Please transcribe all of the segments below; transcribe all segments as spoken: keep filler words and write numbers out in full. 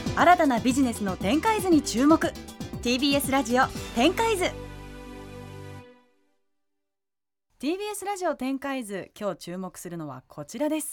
新たなビジネスの展開図に注目。 ティービーエス ラジオ展開図。 ティービーエス ラジオ展開図、今日注目するのはこちらです。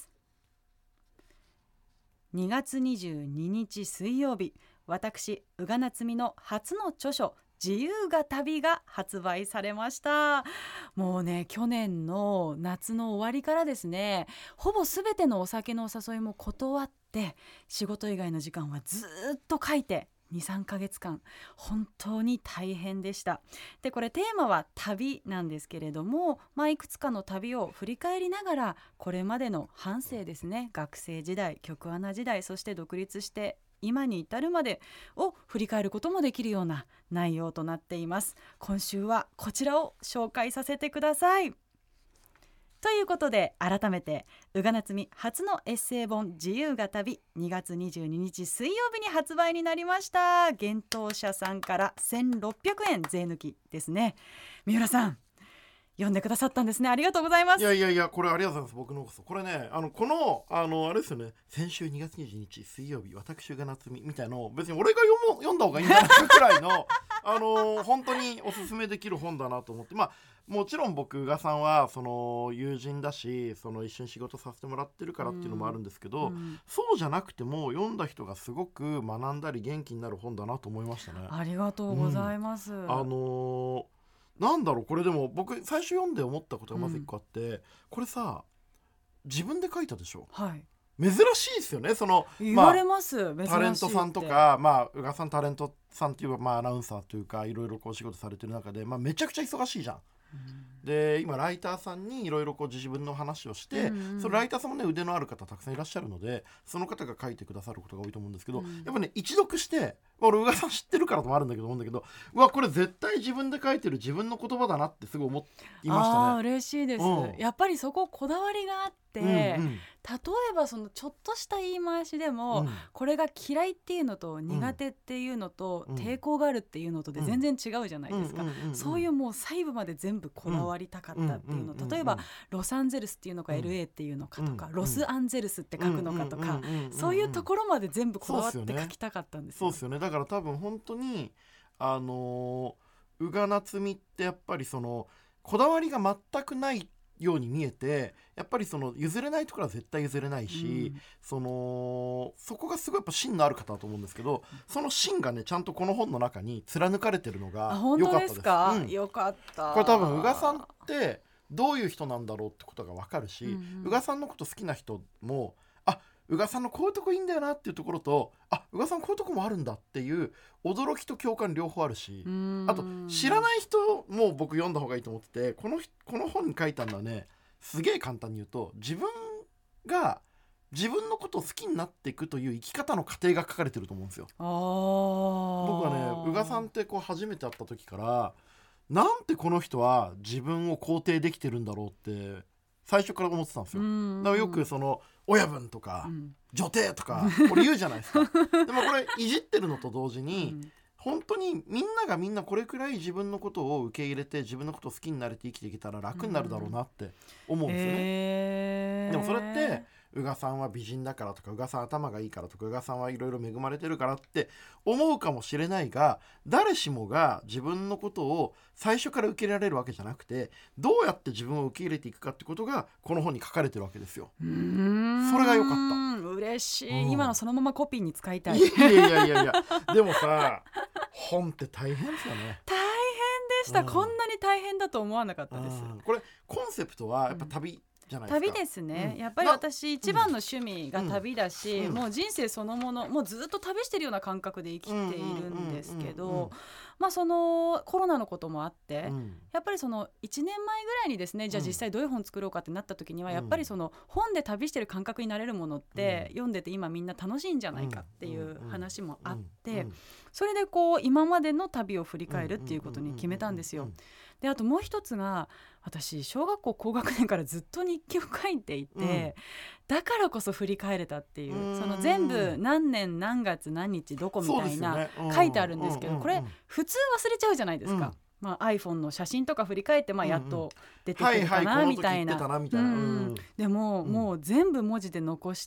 にがつにじゅうににち水曜日、私宇賀なつみの初の著書自由が旅が発売されました。もうね、去年の夏の終わりからですね、ほぼすべてのお酒のお誘いも断って、仕事以外の時間はずっと書いてにさんかげつかん本当に大変でした。でこれテーマは旅なんですけれども、まあ、いくつかの旅を振り返りながら、これまでの半生ですね、学生時代、局アナ時代、そして独立して今に至るまでを振り返ることもできるような内容となっています。今週はこちらを紹介させてください。ということで、改めて宇賀なつみ初のエッセイ本自由が旅、にがつにじゅうににち水曜日に発売になりました。幻冬舎さんからせんろっぴゃくえん税抜きですね。三浦さん、読んでくださったんですね。ありがとうございます。 いやいやいや、これありがとうございます。僕のこそこれね、あのこのあのあれですよね、先週にがつにじゅうににち水曜日、私宇賀なつみみたいのを別に俺が読も読んだ方がいいんじゃないかくらいのあの本当におすすめできる本だなと思って、まあもちろん僕宇賀さんはその友人だし、その一緒に仕事させてもらってるからっていうのもあるんですけど、うん、そうじゃなくても読んだ人がすごく学んだり元気になる本だなと思いましたね。 ありがとうございます。 うん、あのーなんだろう、これでも僕最初読んで思ったことがまず一個あって、うん、これさ自分で書いたでしょ。 はい、 珍しいですよね。その言われます、 まあ、タレントさんとか、まあ、宇賀さんタレントさんっていう、まあ、アナウンサーというかいろいろこう仕事されてる中で、まあ、めちゃくちゃ忙しいじゃん。で今ライターさんにいろいろ自分の話をして、うんうん、そのライターさんもね腕のある方たくさんいらっしゃるので、その方が書いてくださることが多いと思うんですけど、うん、やっぱね一読して俺宇賀さん知ってるからともあるんだけど思うんだけど、うわこれ絶対自分で書いてる自分の言葉だなってすごい思いましたね。 あー嬉しいです、うん、やっぱりそここだわりがあって、うんうん、例えばそのちょっとした言い回しでも、うん、これが嫌いっていうのと苦手っていうのと、うん、抵抗があるっていうのとで全然違うじゃないですか。そういうもう細部まで全部こだわりたかったっていうの、うん、例えばロサンゼルスっていうのか エルエー っていうのかとか、うん、ロスアンゼルスって書くのかとか、そういうところまで全部こだわって書きたかったんですよ。 そうですよね。だから多分本当にあの宇賀なつみってやっぱりそのこだわりが全くないように見えて、やっぱりその譲れないところは絶対譲れないし、うん、そのそこがすごいやっぱ芯のある方だと思うんですけど、その芯がねちゃんとこの本の中に貫かれてるのが良かったです。 本当ですか、 うん、 よかった。 これ多分宇賀さんってどういう人なんだろうってことが分かるし、うんうん、宇賀さんのこと好きな人もあ宇賀さんのこういうとこいいんだよなっていうところと、あ宇賀さんこういうとこもあるんだっていう驚きと共感両方あるし、あと知らない人も僕読んだ方がいいと思ってて、このこの本に書いたのはねすげえ簡単に言うと、自分が自分のことを好きになっていくという生き方の過程が書かれてると思うんですよ。 あ僕はね宇賀さんってこう初めて会った時からなんてこの人は自分を肯定できてるんだろうって最初から思ってたんですよ。だからよくその親分とか、うん、女帝とかこれ言うじゃないですかでもこれいじってるのと同時に、うん、本当にみんながみんなこれくらい自分のことを受け入れて自分のことを好きになれて生きていけたら楽になるだろうなって思うんですよね、 えー、 でもそれって宇賀さんは美人だからとか宇賀さん頭がいいからとか宇賀さんはいろいろ恵まれてるからって思うかもしれないが、誰しもが自分のことを最初から受け入れられるわけじゃなくて、どうやって自分を受け入れていくかってことがこの本に書かれてるわけですよ。 うーん、それが良かった。 嬉しい、うん、今のそのままコピーに使いたい。 いやいやいやいやでもさ本って大変ですよね。 大変でした、うん、こんなに大変だと思わなかったです。 これコンセプトはやっぱ旅、うんじゃないですか。 旅ですね、うん、やっぱり私一番の趣味が旅だし、うん、もう人生そのものもうずっと旅してるような感覚で生きているんですけど、まあそのコロナのこともあって、うん、やっぱりそのいちねんまえぐらいにですね、じゃあ実際どういう本作ろうかってなった時には、やっぱりその本で旅してる感覚になれるものって、読んでて今みんな楽しいんじゃないかっていう話もあって、それでこう今までの旅を振り返るっていうことに決めたんですよ。であともう一つが、私小学校高学年からずっと日記を書いていて、うん、だからこそ振り返れたっていう、その全部何年何月何日どこみたいな、ね、書いてあるんですけど、これ普通忘れちゃうじゃないですか、うんまあ、iPhone の写真とか振り返って、まあ、やっと出てくるかなみたいな。でも、うん、もう全部文字で残してあっ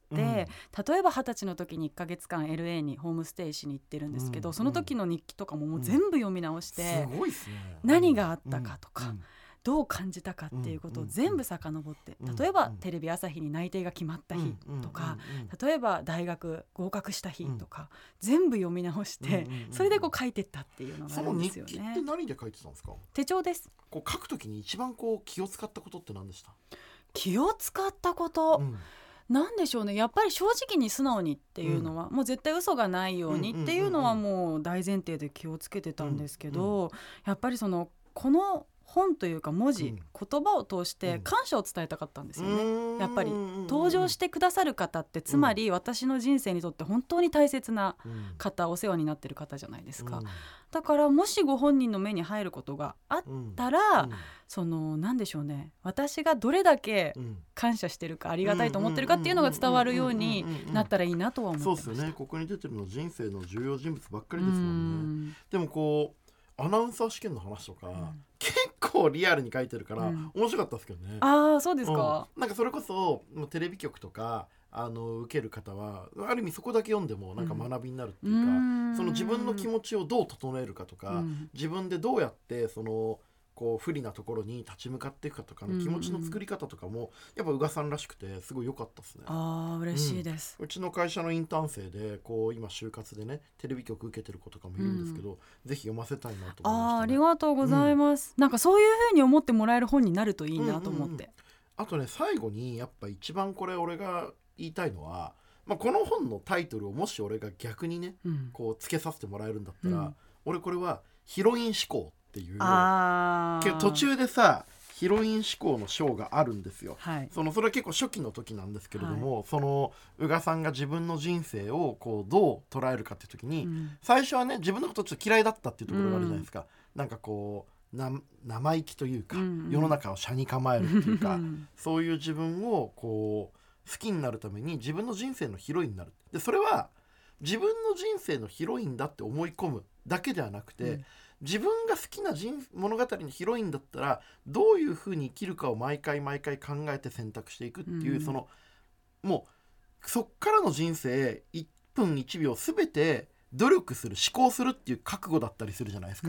うん、例えばはたちの時にいっかげつかん エルエー にホームステイしに行ってるんですけど、うん、その時の日記とかももう全部読み直して、 うん、すごいっすね、 何があったかとか、 うん、 どう感じたかっていうことを全部遡って、例えばテレビ朝日に内定が決まった日とか、例えば大学合格した日とか、全部読み直して、それでこう書いてったっていうのがあるんですよね。 その日記って何で書いてたんですか？ 手帳です。 こう書くときに一番こう気を使ったことって何でした？ 気を使ったこと、 うんなんでしょうね、やっぱり正直に素直にっていうのは、うん、もう絶対嘘がないようにっていうのはもう大前提で気をつけてたんですけど、うんうん、やっぱりそのこの本というか文字、うん、言葉を通して感謝を伝えたかったんですよね、うん、やっぱり登場してくださる方ってつまり私の人生にとって本当に大切な方、うん、お世話になってる方じゃないですか、うん、だからもしご本人の目に入ることがあったら、うん、そのなんでしょうね、私がどれだけ感謝してるかありがたいと思ってるかっていうのが伝わるようになったらいいなとは思ってました。 そうですよね、ここに出てるの人生の重要人物ばっかりですもんね。でもこうアナウンサー試験の話とか、うん、結構リアルに書いてるから、うん、面白かったですけどね。 ああ、そうですか、 うん、なんかそれこそテレビ局とかあの受ける方はある意味そこだけ読んでもなんか学びになるっていうか、うん、その自分の気持ちをどう整えるかとか、うん、自分でどうやってそのこう不利なところに立ち向かっていくかとかの気持ちの作り方とかもやっぱ宇賀さんらしくてすごい良かったですね。 あー嬉しいです、 うん、うちの会社のインターン生でこう今就活でねテレビ局受けてる子とかもいるんですけど、うん、ぜひ読ませたいなと思いましたね。 あーありがとうございます、うん、なんかそういう風に思ってもらえる本になるといいなと思って、うんうんうん、 あとね最後にやっぱ一番これ俺が言いたいのは、まあ、この本のタイトルをもし俺が逆にね、うん、こうつけさせてもらえるんだったら、うん、俺これはヒロイン思考っていう、 あけど途中でさヒロイン思考の章があるんですよ、 はい、 そのそれは結構初期の時なんですけれども、はい、その宇賀さんが自分の人生をこうどう捉えるかっていう時に、うん、最初はね自分のことちょっと嫌いだったっていうところがあるじゃないですか、うん、なんかこうな生意気というか、うんうん、世の中を斜に構えるっていうかそういう自分をこう好きになるために自分の人生のヒロインになる。でそれは自分の人生のヒロインだって思い込むだけではなくて、うん、自分が好きな人物語のヒロインだったらどういう風に生きるかを毎回毎回考えて選択していくっていう、うん、そのもうそっからの人生いっぷんいちびょう全て努力する思考するっていう覚悟だったりするじゃないですか、うん、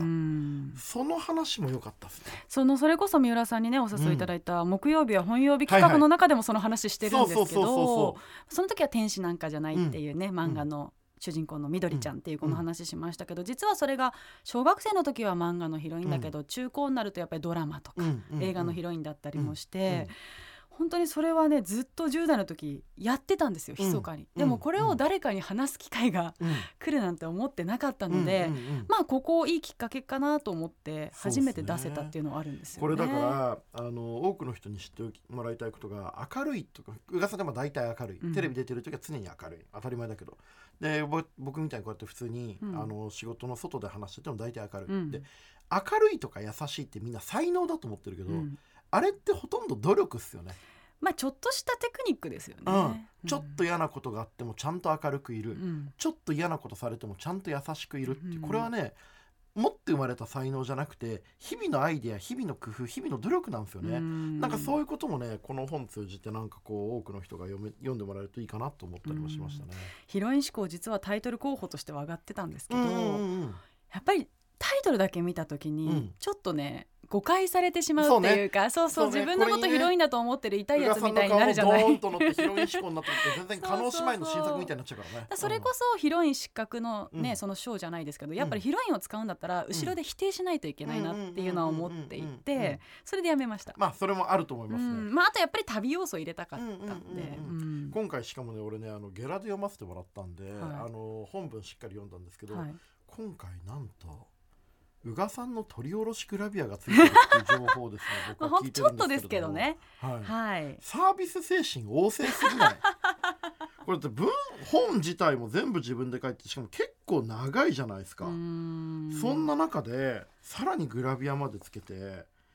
その話も良かったですね。 そのそれこそ三浦さんにねお誘いいただいた木曜日は本曜日企画の中でもその話してるんですけど、その時は天使なんかじゃないっていうね、うん、漫画の主人公のみどりちゃんっていう子の話しましたけど、うん、実はそれが小学生の時は漫画のヒロインだけど、うん、中高になるとやっぱりドラマとか、うん、映画のヒロインだったりもして、うんうん、本当にそれはねずっとじゅう代の時やってたんですよ密かに、うん、でもこれを誰かに話す機会が、うん、来るなんて思ってなかったので、うんうんうん、まあここいいきっかけかなと思って初めて出せたっていうのはあるんですよね。 これだからあの多くの人に知ってもらいたいことが明るいとか、宇賀さんでも大体明るい、うん、テレビ出てる時は常に明るい、当たり前だけど、で僕みたいにこうやって普通に、うん、あの仕事の外で話してても大体明るい、うん、で明るいとか優しいってみんな才能だと思ってるけど、うん、あれってほとんど努力っすよね。 まあ、ちょっとしたテクニックですよね、 うん、ちょっと嫌なことがあってもちゃんと明るくいる、うん、ちょっと嫌なことされてもちゃんと優しくいるっていう、うん、これはね持って生まれた才能じゃなくて日々のアイデア、日々の工夫、日々の努力なんですよね。んなんかそういうこともねこの本通じてなんかこう多くの人が読め読んでもらえるといいかなと思ったりもしましたね。 ヒロイン思考実はタイトル候補としては上がってたんですけど、 うんうんうん、 やっぱりタイトルだけ見た時にちょっとね、うん、誤解されてしまうっていうか、そうそう、そうね、自分のことヒロインだと思ってる痛いやつみたいになるじゃない。 宇賀さんの顔ドーンと乗ってヒロイン志向になって全然叶姉妹の新作みたいになっちゃうからね。 それこそヒロイン失格のね、うん、その賞じゃないですけど、やっぱりヒロインを使うんだったら後ろで否定しないといけないなっていうのは思っていて、それでやめました。 まあそれもあると思いますね、 うん、まあ、あとやっぱり旅要素入れたかったんで、 今回しかもね俺ねあのゲラで読ませてもらったんで、はい、あの本文しっかり読んだんですけど、はい、今回なんと宇賀さんの取り下ろしグラビアがついてるっていう情報ですね僕は聞いてるんですけども、ちょっとですけどね、はいはい、サービス精神旺盛すぎないこれって文本自体も全部自分で書いて、しかも結構長いじゃないですか。うーんそんな中でさらにグラビアまでつけて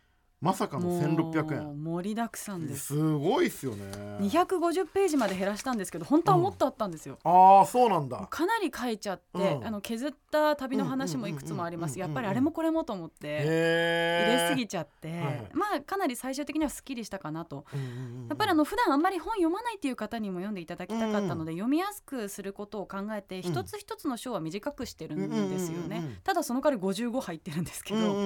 まさかのせんろっぴゃくえん。 もう盛りだくさんです。 すごいっすよね。 にひゃくごじゅっページまで減らしたんですけど、本当はもっとあったんですよ、 うん、ああそうなんだ。 かなり書いちゃって、うん、あの削った旅の話もいくつもあります。やっぱりあれもこれもと思って入れすぎちゃって、はいはい、まあかなり最終的にはすっきりしたかなと、うんうんうん、やっぱりあの普段あんまり本読まないっていう方にも読んでいただきたかったので、うんうん、読みやすくすることを考えて、うん、一つ一つの章は短くしてるんですよね、うんうんうんうん、ただその代わりごじゅうご入ってるんですけど、うんうんうん、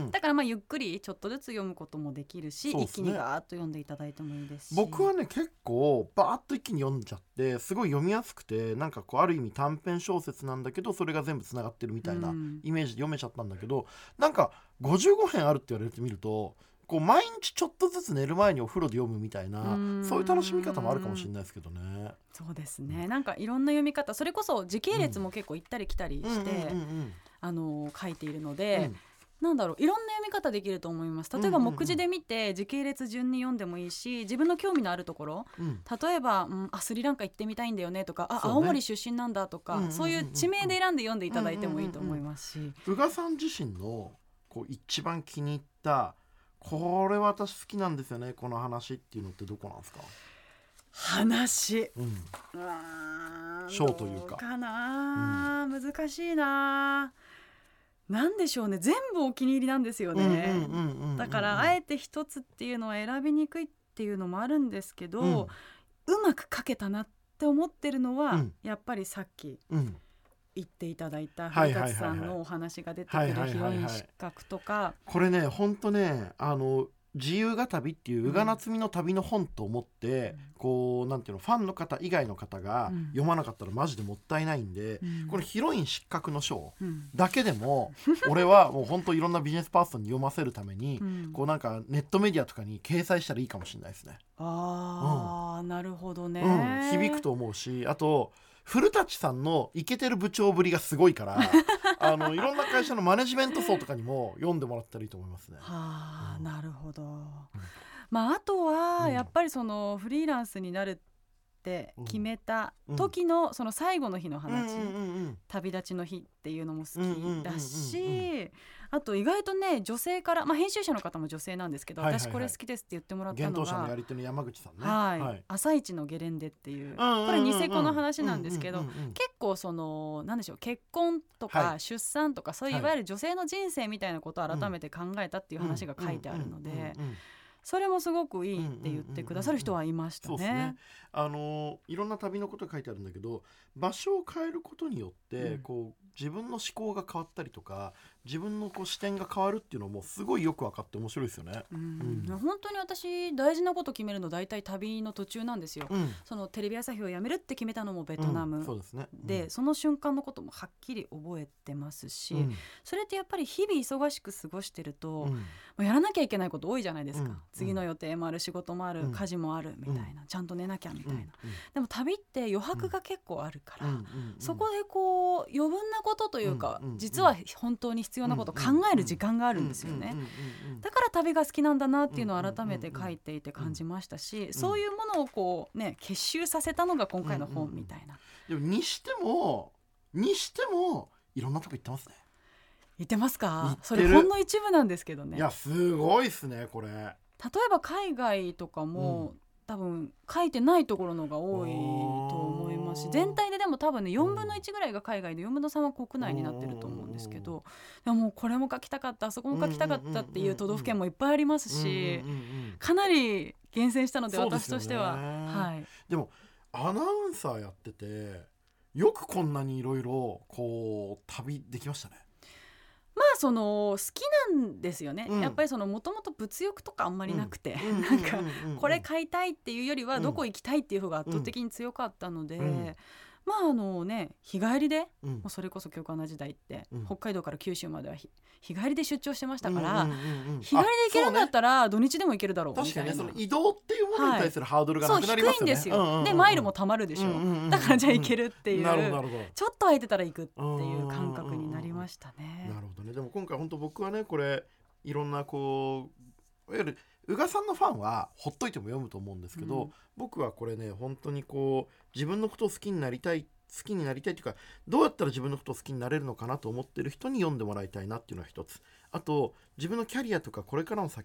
だからまあゆっくりちょっとずつ読むこともできるし、ね、一気にガーッと読んでいただいてもいいですし、 僕はね結構バーッと一気に読んじゃってすごい読みやすくて、なんかこうある意味短編小説なんだけどそれが全部つながってるみたいなイメージで読めちゃったんだけど、うん、なんかごじゅうごへんあるって言われてみるとこう毎日ちょっとずつ寝る前にお風呂で読むみたいな、そういう楽しみ方もあるかもしれないですけどね。 そうですね、なんかいろんな読み方、それこそ時系列も結構行ったり来たりして、あの書いているので、うんなんだろう、いろんな読み方できると思います。例えば目次で見て時系列順に読んでもいいし、自分の興味のあるところ、うん、例えば、うん、あスリランカ行ってみたいんだよねとか、あ、ね、青森出身なんだとか、うんうんうんうん、そういう地名で選んで読んでいただいてもいいと思いますし、 宇賀さん自身のこう一番気に入ったこれ私好きなんですよねこの話っていうのってどこなんですか？ 話、 うん、章というかどうかな、うん、難しいな、なんでしょうね、全部お気に入りなんですよね。だからあえて一つっていうのは選びにくいっていうのもあるんですけど、うん、うまく書けたなって思ってるのは、うん、やっぱりさっき言っていただいた古舘さんのお話が出てくるヒロイン失格とか、 これねほんとねあの自由が旅っていう宇賀なつみの旅の本と思って、うん、こうなんていうのファンの方以外の方が読まなかったらマジでもったいないんで、うん、このヒロイン失格の章だけでも、うん、俺はもう本当いろんなビジネスパーソンに読ませるために、うん、こうなんかネットメディアとかに掲載したらいいかもしれないですね。 あー、うん、なるほどね、 うん、響くと思うし、あと古舘さんのイケてる部長ぶりがすごいからあのいろんな会社のマネジメント層とかにも読んでもらったらいいと思いますね。 はあ、うん、なるほど、うん、まああとはやっぱりそのフリーランスになるって決めた時のその最後の日の話、うんうんうんうん、旅立ちの日っていうのも好きだし、うんうんうんうん、あと意外とね女性から、まあ、編集者の方も女性なんですけど、はいはいはい、私これ好きですって言ってもらったのが幻冬舎のやり手の山口さんね、 はいはい、朝一のゲレンデっていう、これニセコの話なんですけど、うんうんうんうん、結構そのなんでしょう、結婚とか出産とか、はい、そういういわゆる女性の人生みたいなことを改めて考えたっていう話が書いてあるので、それもすごくいいって言ってくださる人はいましたね。 そうですね、あのいろんな旅のこと書いてあるんだけど、場所を変えることによって、うん、こう自分の思考が変わったりとか自分のこう視点が変わるっていうのもすごいよく分かって面白いですよね。 うんうん、本当に私大事なこと決めるの大体旅の途中なんですよ、うん、そのテレビ朝日を辞めるって決めたのもベトナム、うん、そうですね、うん、でその瞬間のこともはっきり覚えてますし、うん、それってやっぱり日々忙しく過ごしてると、うん、もうやらなきゃいけないこと多いじゃないですか、うん、次の予定もある、仕事もある、うん、家事もあるみたいな、うん、ちゃんと寝なきゃみたいな、うん、でも旅って余白が結構あるから、うん、そこでこう余分なことというか、うん、実は本当に必要なことを考える時間があるんですよね。だから旅が好きなんだなっていうのを改めて書いていて感じましたし、そういうものをこうね結集させたのが今回の本みたいな、 でもにしてもにしてもいろんなとこ行ってますね。 行ってますか？それほんの一部なんですけどね。 いやすごいっすねこれ。例えば海外とかも、うん多分書いてないところのが多いと思いますし、全体ででも多分ねよんぶんのいちぐらいが海外でよんぶんのさんは国内になってると思うんですけど、でもこれも書きたかった、あそこも書きたかったっていう都道府県もいっぱいありますし、かなり厳選したので私としては、はい、 でもアナウンサーやっててよくこんなにいろいろこう旅できましたね。 まあその好きなんですよね、うん、やっぱりそのもともと物欲とかあんまりなくて、うん、なんかこれ買いたいっていうよりはどこ行きたいっていう方が圧倒的に強かったので、うん、まああのね日帰りで、うん、もうそれこそ京ア時代って、うん、北海道から九州までは日帰りで出張してましたから、うんうんうんうん、日帰りで行けるんだったら土日でも行けるだろうみたいな。 確かにね、その移動っていうものに対するハードルがなくなりますよね、 はい、そう低いんですよ、うんうんうん、でマイルも貯まるでしょ、うんうんうん、だからじゃあ行けるっていう、なるほどなるほど、ちょっと空いてたら行くっていう感覚になりましたね。 なるほどね。でも今回本当僕はねこれいろんなこういわゆる宇賀さんのファンはほっといても読むと思うんですけど、うん、僕はこれね本当にこう自分のことを好きになりたい好きになりたいというかどうやったら自分のことを好きになれるのかなと思ってる人に読んでもらいたいなっていうのは一つ。あと自分のキャリアとかこれからの先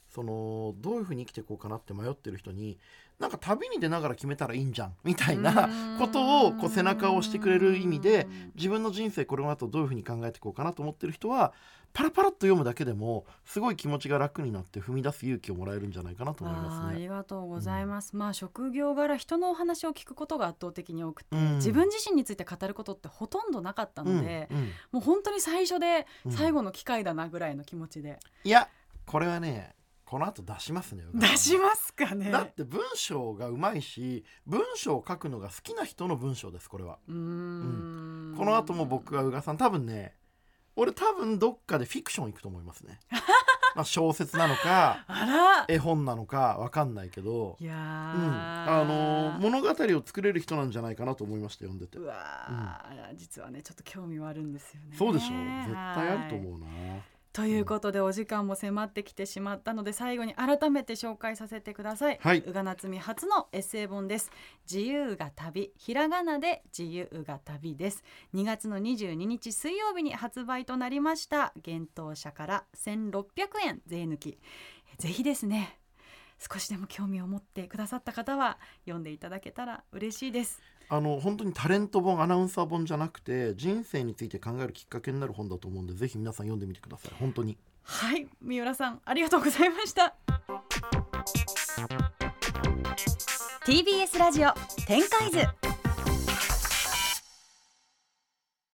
そのどういうふうに生きていこうかなって迷ってる人に、なんか旅に出ながら決めたらいいんじゃんみたいなことをこう背中を押してくれる意味で、自分の人生これの後どういうふうに考えていこうかなと思ってる人はパラパラっと読むだけでもすごい気持ちが楽になって踏み出す勇気をもらえるんじゃないかなと思いますね。 あ, ありがとうございます、うん、まあ職業柄人のお話を聞くことが圧倒的に多くて、うん、自分自身について語ることってほとんどなかったので、うんうん、もう本当に最初で最後の機会だなぐらいの気持ちで、うん、 いやこれはねこの後出しますね。 出しますかね。 だって文章がうまいし文章を書くのが好きな人の文章です。これはうーん、うん、この後も僕は宇賀さん多分ね俺多分どっかでフィクション行くと思いますねまあ小説なのかあら絵本なのか分かんないけど、 いや、うん、 あのー、物語を作れる人なんじゃないかなと思いました読んでて。 うわ、うん、実はねちょっと興味はあるんですよね。 そうでしょう、絶対あると思うな。 ということでお時間も迫ってきてしまったので最後に改めて紹介させてください。宇賀なつみ初のエッセイ本です。自由が旅、ひらがなで自由が旅です。にがつのにじゅうににち水曜日に発売となりました。幻冬舎からせんろっぴゃくえん税抜き。ぜひですね少しでも興味を持ってくださった方は読んでいただけたら嬉しいです。 あの本当にタレント本アナウンサー本じゃなくて人生について考えるきっかけになる本だと思うんでぜひ皆さん読んでみてください。本当に。 はい、三浦さんありがとうございました。 ティービーエス ラジオ展開図。